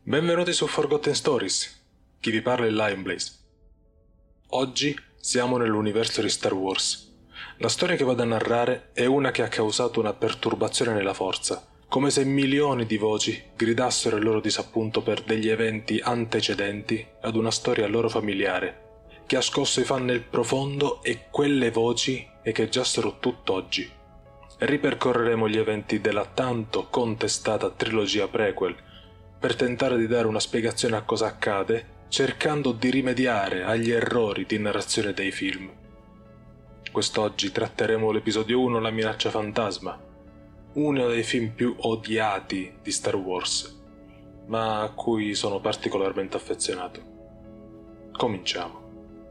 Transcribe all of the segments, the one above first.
Benvenuti su Forgotten Stories, chi vi parla è Lionblaze. Oggi siamo nell'universo di Star Wars. La storia che vado a narrare è una che ha causato una perturbazione nella forza, come se milioni di voci gridassero il loro disappunto per degli eventi antecedenti ad una storia loro familiare, che ha scosso i fan nel profondo e quelle voci echeggiassero tutt'oggi. Ripercorreremo gli eventi della tanto contestata trilogia prequel, per tentare di dare una spiegazione a cosa accade, cercando di rimediare agli errori di narrazione dei film. Quest'oggi tratteremo l'episodio 1, La minaccia fantasma, uno dei film più odiati di Star Wars, ma a cui sono particolarmente affezionato. Cominciamo.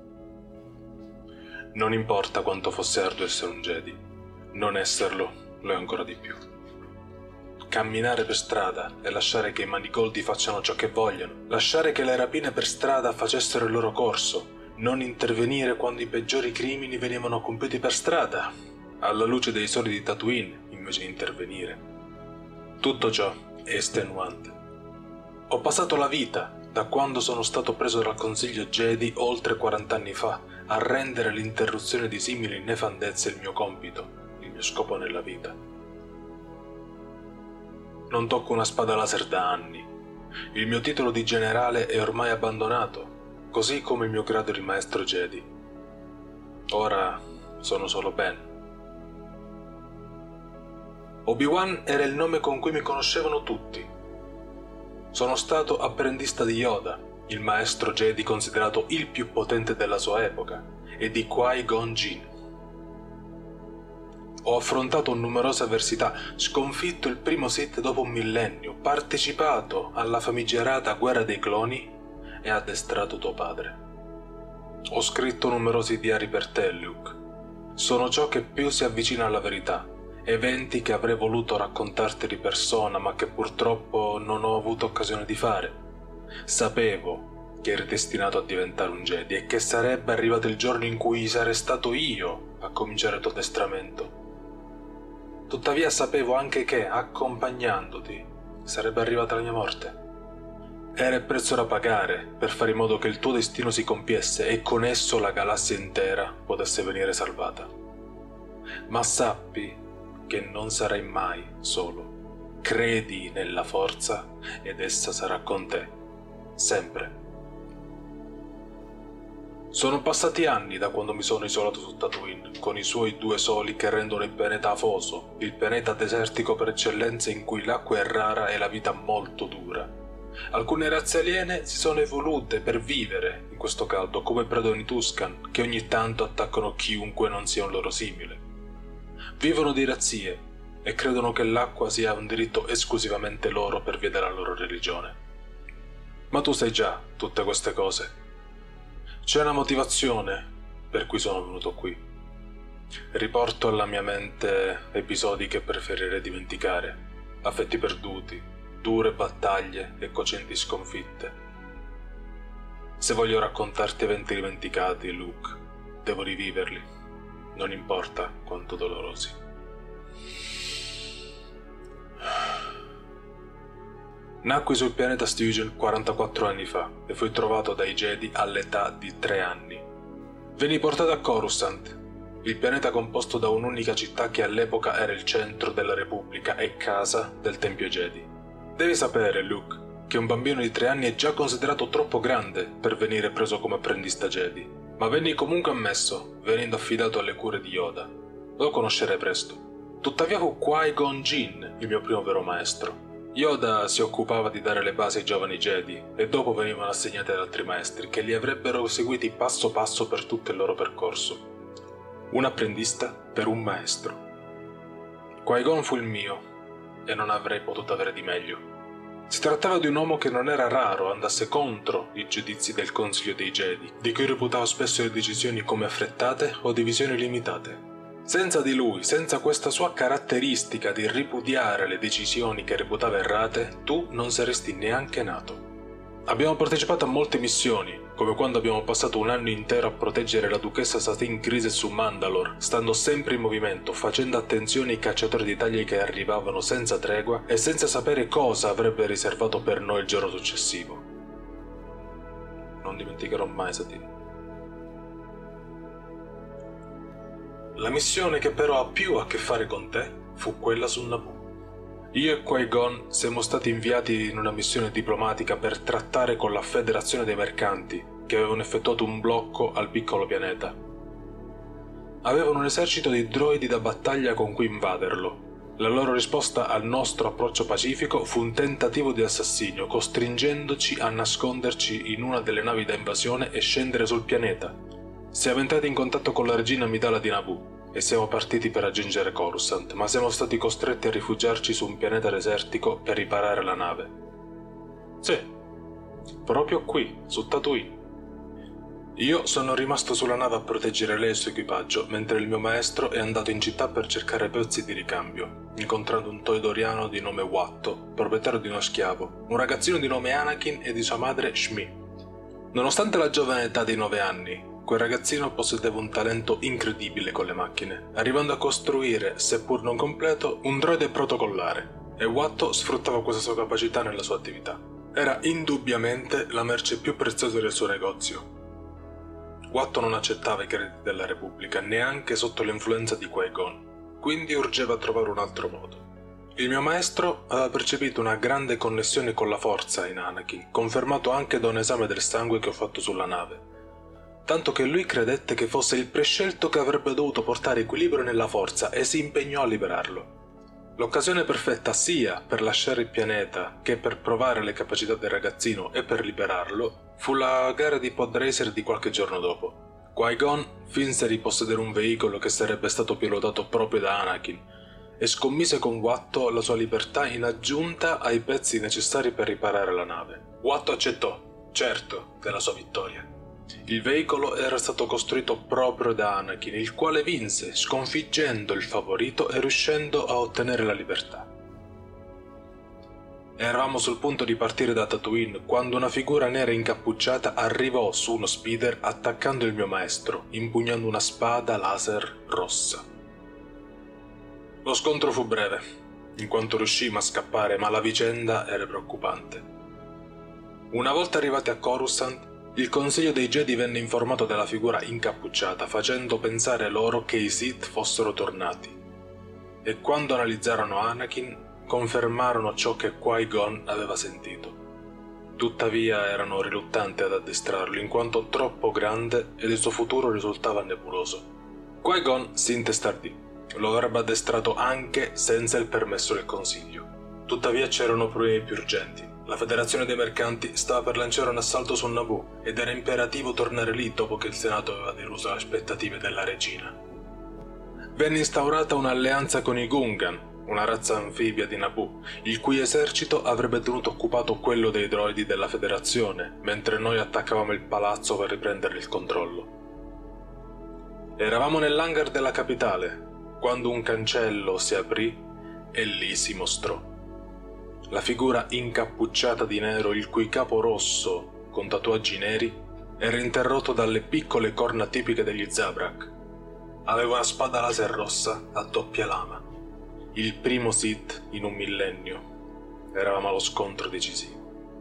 Non importa quanto fosse arduo essere un Jedi, non esserlo lo è ancora di più. Camminare per strada e lasciare che i manigoldi facciano ciò che vogliono, lasciare che le rapine per strada facessero il loro corso, non intervenire quando i peggiori crimini venivano compiuti per strada, alla luce dei soli di Tatooine, invece di intervenire. Tutto ciò è estenuante. Ho passato la vita, da quando sono stato preso dal Consiglio Jedi oltre 40 anni fa, a rendere l'interruzione di simili nefandezze il mio compito, il mio scopo nella vita. Non tocco una spada laser da anni. Il mio titolo di generale è ormai abbandonato, così come il mio grado di maestro Jedi. Ora sono solo Ben. Obi-Wan era il nome con cui mi conoscevano tutti. Sono stato apprendista di Yoda, il maestro Jedi considerato il più potente della sua epoca, e di Qui-Gon Jinn. Ho affrontato numerose avversità, sconfitto il primo Sith dopo un millennio, partecipato alla famigerata guerra dei cloni e addestrato tuo padre. Ho scritto numerosi diari per te, Luke. Sono ciò che più si avvicina alla verità, eventi che avrei voluto raccontarti di persona ma che purtroppo non ho avuto occasione di fare. Sapevo che eri destinato a diventare un Jedi e che sarebbe arrivato il giorno in cui sarei stato io a cominciare il tuo addestramento. Tuttavia sapevo anche che, accompagnandoti, sarebbe arrivata la mia morte. Era il prezzo da pagare per fare in modo che il tuo destino si compiesse e con esso la galassia intera potesse venire salvata. Ma sappi che non sarai mai solo. Credi nella forza ed essa sarà con te, sempre. Sono passati anni da quando mi sono isolato su Tatooine, con i suoi 2 soli che rendono il pianeta afoso, il pianeta desertico per eccellenza in cui l'acqua è rara e la vita molto dura. Alcune razze aliene si sono evolute per vivere in questo caldo, come predoni Tusken, che ogni tanto attaccano chiunque non sia un loro simile. Vivono di razzie e credono che l'acqua sia un diritto esclusivamente loro per via della loro religione. Ma tu sai già tutte queste cose. C'è una motivazione per cui sono venuto qui. Riporto alla mia mente episodi che preferirei dimenticare, affetti perduti, dure battaglie e cocenti sconfitte. Se voglio raccontarti eventi dimenticati, Luke, devo riviverli, non importa quanto dolorosi. Nacqui sul pianeta Stygeon 44 anni fa e fui trovato dai Jedi all'età di 3 anni. Venni portato a Coruscant, il pianeta composto da un'unica città che all'epoca era il centro della Repubblica e casa del Tempio Jedi. Devi sapere, Luke, che un bambino di 3 anni è già considerato troppo grande per venire preso come apprendista Jedi, ma venni comunque ammesso, venendo affidato alle cure di Yoda. Lo conoscerei presto. Tuttavia fu Qui-Gon Jinn il mio primo vero maestro. Yoda si occupava di dare le basi ai giovani Jedi e dopo venivano assegnati ad altri maestri che li avrebbero seguiti passo passo per tutto il loro percorso. Un apprendista per un maestro. Qui-Gon fu il mio e non avrei potuto avere di meglio. Si trattava di un uomo che non era raro andasse contro i giudizi del Consiglio dei Jedi, di cui reputava spesso le decisioni come affrettate o di visioni limitate. Senza di lui, senza questa sua caratteristica di ripudiare le decisioni che reputava errate, tu non saresti neanche nato. Abbiamo partecipato a molte missioni, come quando abbiamo passato un anno intero a proteggere la duchessa Satin Kryze su Mandalore, stando sempre in movimento, facendo attenzione ai cacciatori di taglie che arrivavano senza tregua e senza sapere cosa avrebbe riservato per noi il giorno successivo. Non dimenticherò mai Satin. La missione che però ha più a che fare con te fu quella su Naboo. Io e Qui-Gon siamo stati inviati in una missione diplomatica per trattare con la Federazione dei Mercanti, che avevano effettuato un blocco al piccolo pianeta. Avevano un esercito di droidi da battaglia con cui invaderlo. La loro risposta al nostro approccio pacifico fu un tentativo di assassinio, costringendoci a nasconderci in una delle navi da invasione e scendere sul pianeta. Siamo entrati in contatto con la regina Amidala di Naboo e siamo partiti per raggiungere Coruscant, ma siamo stati costretti a rifugiarci su un pianeta desertico per riparare la nave. Sì, proprio qui, su Tatooine. Io sono rimasto sulla nave a proteggere lei e il suo equipaggio, mentre il mio maestro è andato in città per cercare pezzi di ricambio, incontrando un toidoriano di nome Watto, proprietario di uno schiavo, un ragazzino di nome Anakin e di sua madre Shmi. Nonostante la giovane età di 9 anni, quel ragazzino possedeva un talento incredibile con le macchine, arrivando a costruire, seppur non completo, un droide protocollare, e Watto sfruttava questa sua capacità nella sua attività. Era indubbiamente la merce più preziosa del suo negozio. Watto non accettava i crediti della Repubblica, neanche sotto l'influenza di Qui-Gon, quindi urgeva a trovare un altro modo. Il mio maestro aveva percepito una grande connessione con la forza in Anakin, confermato anche da un esame del sangue che ho fatto sulla nave. Tanto che lui credette che fosse il prescelto che avrebbe dovuto portare equilibrio nella forza e si impegnò a liberarlo. L'occasione perfetta sia per lasciare il pianeta che per provare le capacità del ragazzino e per liberarlo fu la gara di pod racer di qualche giorno dopo. Qui-Gon finse di possedere un veicolo che sarebbe stato pilotato proprio da Anakin e scommise con Watto la sua libertà in aggiunta ai pezzi necessari per riparare la nave. Watto accettò, certo, della sua vittoria. Il veicolo era stato costruito proprio da Anakin, il quale vinse, sconfiggendo il favorito e riuscendo a ottenere la libertà. Eravamo sul punto di partire da Tatooine quando una figura nera incappucciata arrivò su uno speeder attaccando il mio maestro, impugnando una spada laser rossa. Lo scontro fu breve, in quanto riuscimmo a scappare, ma la vicenda era preoccupante. Una volta arrivati a Coruscant, il Consiglio dei Jedi venne informato della figura incappucciata, facendo pensare loro che i Sith fossero tornati. E quando analizzarono Anakin, confermarono ciò che Qui-Gon aveva sentito. Tuttavia erano riluttanti ad addestrarlo, in quanto troppo grande ed il suo futuro risultava nebuloso. Qui-Gon si intestardì. Lo avrebbe addestrato anche senza il permesso del Consiglio. Tuttavia c'erano problemi più urgenti. La Federazione dei Mercanti stava per lanciare un assalto su Naboo ed era imperativo tornare lì dopo che il Senato aveva deluso le aspettative della regina. Venne instaurata un'alleanza con i Gungan, una razza anfibia di Naboo, il cui esercito avrebbe tenuto occupato quello dei droidi della Federazione, mentre noi attaccavamo il palazzo per riprendere il controllo. Eravamo nell'hangar della capitale, quando un cancello si aprì e lì si mostrò la figura incappucciata di nero, il cui capo rosso, con tatuaggi neri, era interrotto dalle piccole corna tipiche degli Zabrak. Aveva una spada laser rossa a doppia lama. Il primo Sith in un millennio. Eravamo allo scontro decisivo.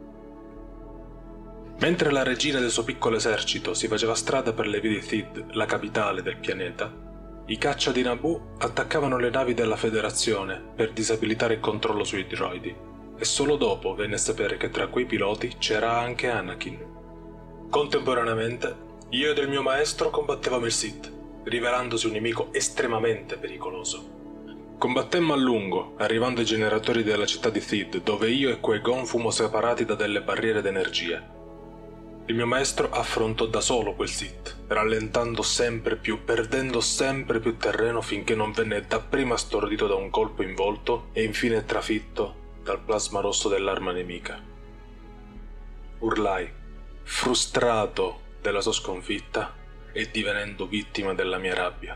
Mentre la regina del suo piccolo esercito si faceva strada per le vie di Theed, la capitale del pianeta, i caccia di Naboo attaccavano le navi della Federazione per disabilitare il controllo sui droidi. E solo dopo venne a sapere che tra quei piloti c'era anche Anakin. Contemporaneamente, io ed il mio maestro combattevamo il Sith, rivelandosi un nemico estremamente pericoloso. Combattemmo a lungo, arrivando ai generatori della città di Theed, dove io e Qui-Gon fummo separati da delle barriere d'energia. Il mio maestro affrontò da solo quel Sith, rallentando sempre più, perdendo sempre più terreno finché non venne dapprima stordito da un colpo in volto e infine trafitto dal plasma rosso dell'arma nemica. Urlai, frustrato della sua sconfitta e divenendo vittima della mia rabbia.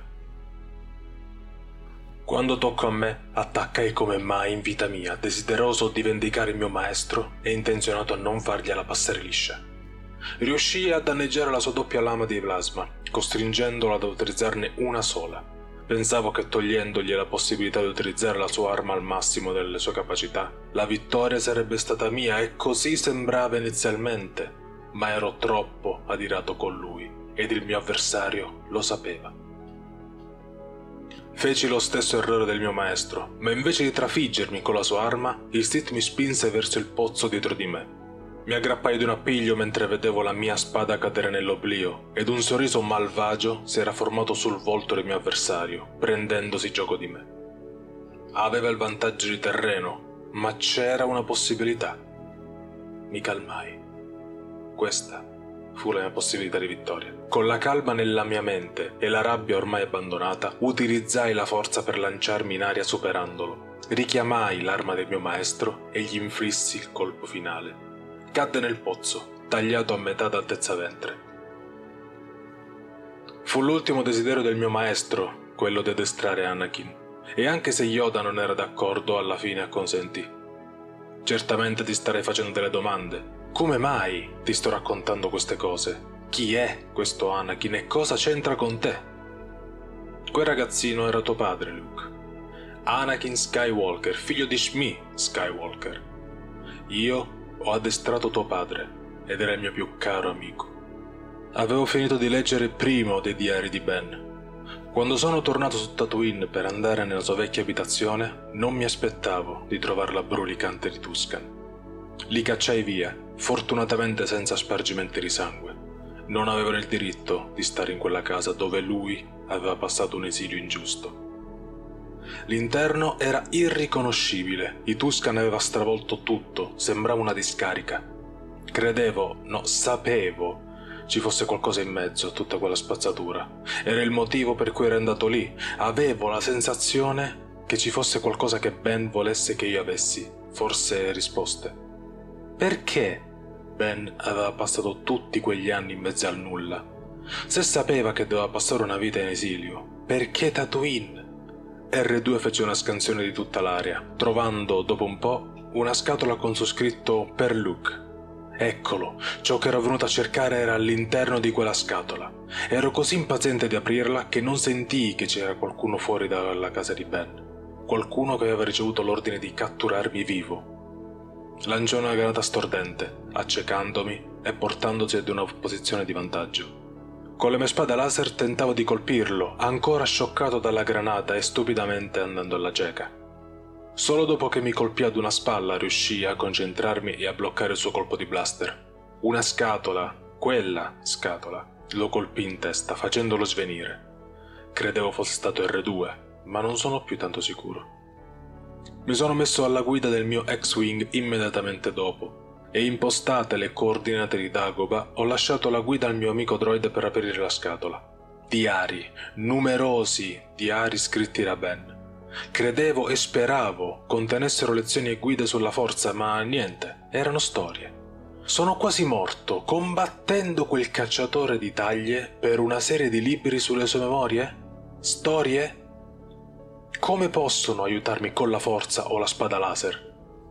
Quando toccò a me, attaccai come mai in vita mia, desideroso di vendicare il mio maestro e intenzionato a non fargliela passare liscia. riuscii a danneggiare la sua doppia lama di plasma, costringendolo ad utilizzarne una sola. Pensavo che togliendogli la possibilità di utilizzare la sua arma al massimo delle sue capacità, la vittoria sarebbe stata mia, e così sembrava inizialmente, ma ero troppo adirato con lui ed il mio avversario lo sapeva. Feci lo stesso errore del mio maestro, ma invece di trafiggermi con la sua arma, il Sith mi spinse verso il pozzo dietro di me. Mi aggrappai di un appiglio mentre vedevo la mia spada cadere nell'oblio, ed un sorriso malvagio si era formato sul volto del mio avversario, prendendosi gioco di me. Aveva il vantaggio di terreno, ma c'era una possibilità. Mi calmai. Questa fu la mia possibilità di vittoria. Con la calma nella mia mente e la rabbia ormai abbandonata, utilizzai la forza per lanciarmi in aria superandolo. Richiamai l'arma del mio maestro e gli inflissi il colpo finale. Cadde nel pozzo, tagliato a metà d'altezza ventre. Fu l'ultimo desiderio del mio maestro, quello di addestrare Anakin, e anche se Yoda non era d'accordo, alla fine acconsentì. Certamente ti starei facendo delle domande. Come mai ti sto raccontando queste cose? Chi è questo Anakin e cosa c'entra con te? Quel ragazzino era tuo padre, Luke. Anakin Skywalker, figlio di Shmi Skywalker. Io ho addestrato tuo padre ed era il mio più caro amico. Avevo finito di leggere il primo dei diari di Ben. Quando sono tornato su Tatooine per andare nella sua vecchia abitazione, non mi aspettavo di trovarla brulicante di Tusken. Li cacciai via, fortunatamente senza spargimenti di sangue. Non avevano il diritto di stare in quella casa dove lui aveva passato un esilio ingiusto. L'interno era irriconoscibile, i Tusken aveva stravolto tutto, sembrava una discarica. Sapevo ci fosse qualcosa in mezzo a tutta quella spazzatura. Era il motivo per cui ero andato lì. Avevo la sensazione che ci fosse qualcosa che Ben volesse che io avessi, forse risposte. Perché Ben aveva passato tutti quegli anni in mezzo al nulla? Se sapeva che doveva passare una vita in esilio, perché Tatooine? R2 fece una scansione di tutta l'area, trovando, dopo un po', una scatola con su scritto «Per Luke». Eccolo, ciò che ero venuto a cercare era all'interno di quella scatola. Ero così impaziente di aprirla che non sentii che c'era qualcuno fuori dalla casa di Ben. Qualcuno che aveva ricevuto l'ordine di catturarmi vivo. Lanciò una granata stordente, accecandomi e portandosi ad una posizione di vantaggio. Con le mie spade laser tentavo di colpirlo, ancora scioccato dalla granata e stupidamente andando alla cieca. Solo dopo che mi colpì ad una spalla riuscii a concentrarmi e a bloccare il suo colpo di blaster. Una scatola, quella scatola, lo colpì in testa facendolo svenire. Credevo fosse stato R2, ma non sono più tanto sicuro. Mi sono messo alla guida del mio X-Wing immediatamente dopo, e impostate le coordinate di Dagobah ho lasciato la guida al mio amico droide per aprire la scatola. Diari, numerosi diari scritti da Ben. Credevo e speravo contenessero lezioni e guide sulla forza, ma niente, erano storie. Sono quasi morto combattendo quel cacciatore di taglie per una serie di libri sulle sue memorie? Storie? Come possono aiutarmi con la forza o la spada laser?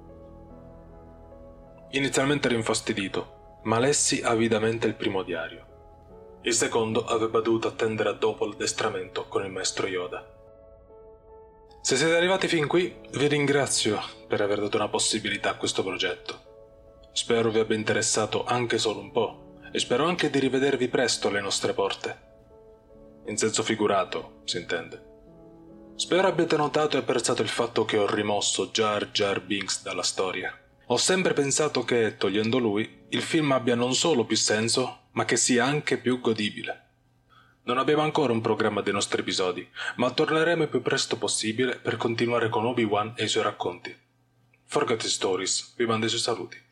Inizialmente ero infastidito, ma lessi avidamente il primo diario. Il secondo avrebbe dovuto attendere a dopo l'addestramento con il maestro Yoda. Se siete arrivati fin qui, vi ringrazio per aver dato una possibilità a questo progetto. Spero vi abbia interessato anche solo un po', e spero anche di rivedervi presto alle nostre porte. In senso figurato, si intende. Spero abbiate notato e apprezzato il fatto che ho rimosso Jar Jar Binks dalla storia. Ho sempre pensato che, togliendo lui, il film abbia non solo più senso, ma che sia anche più godibile. Non abbiamo ancora un programma dei nostri episodi, ma torneremo il più presto possibile per continuare con Obi-Wan e i suoi racconti. Forgotten Stories vi manda i suoi saluti.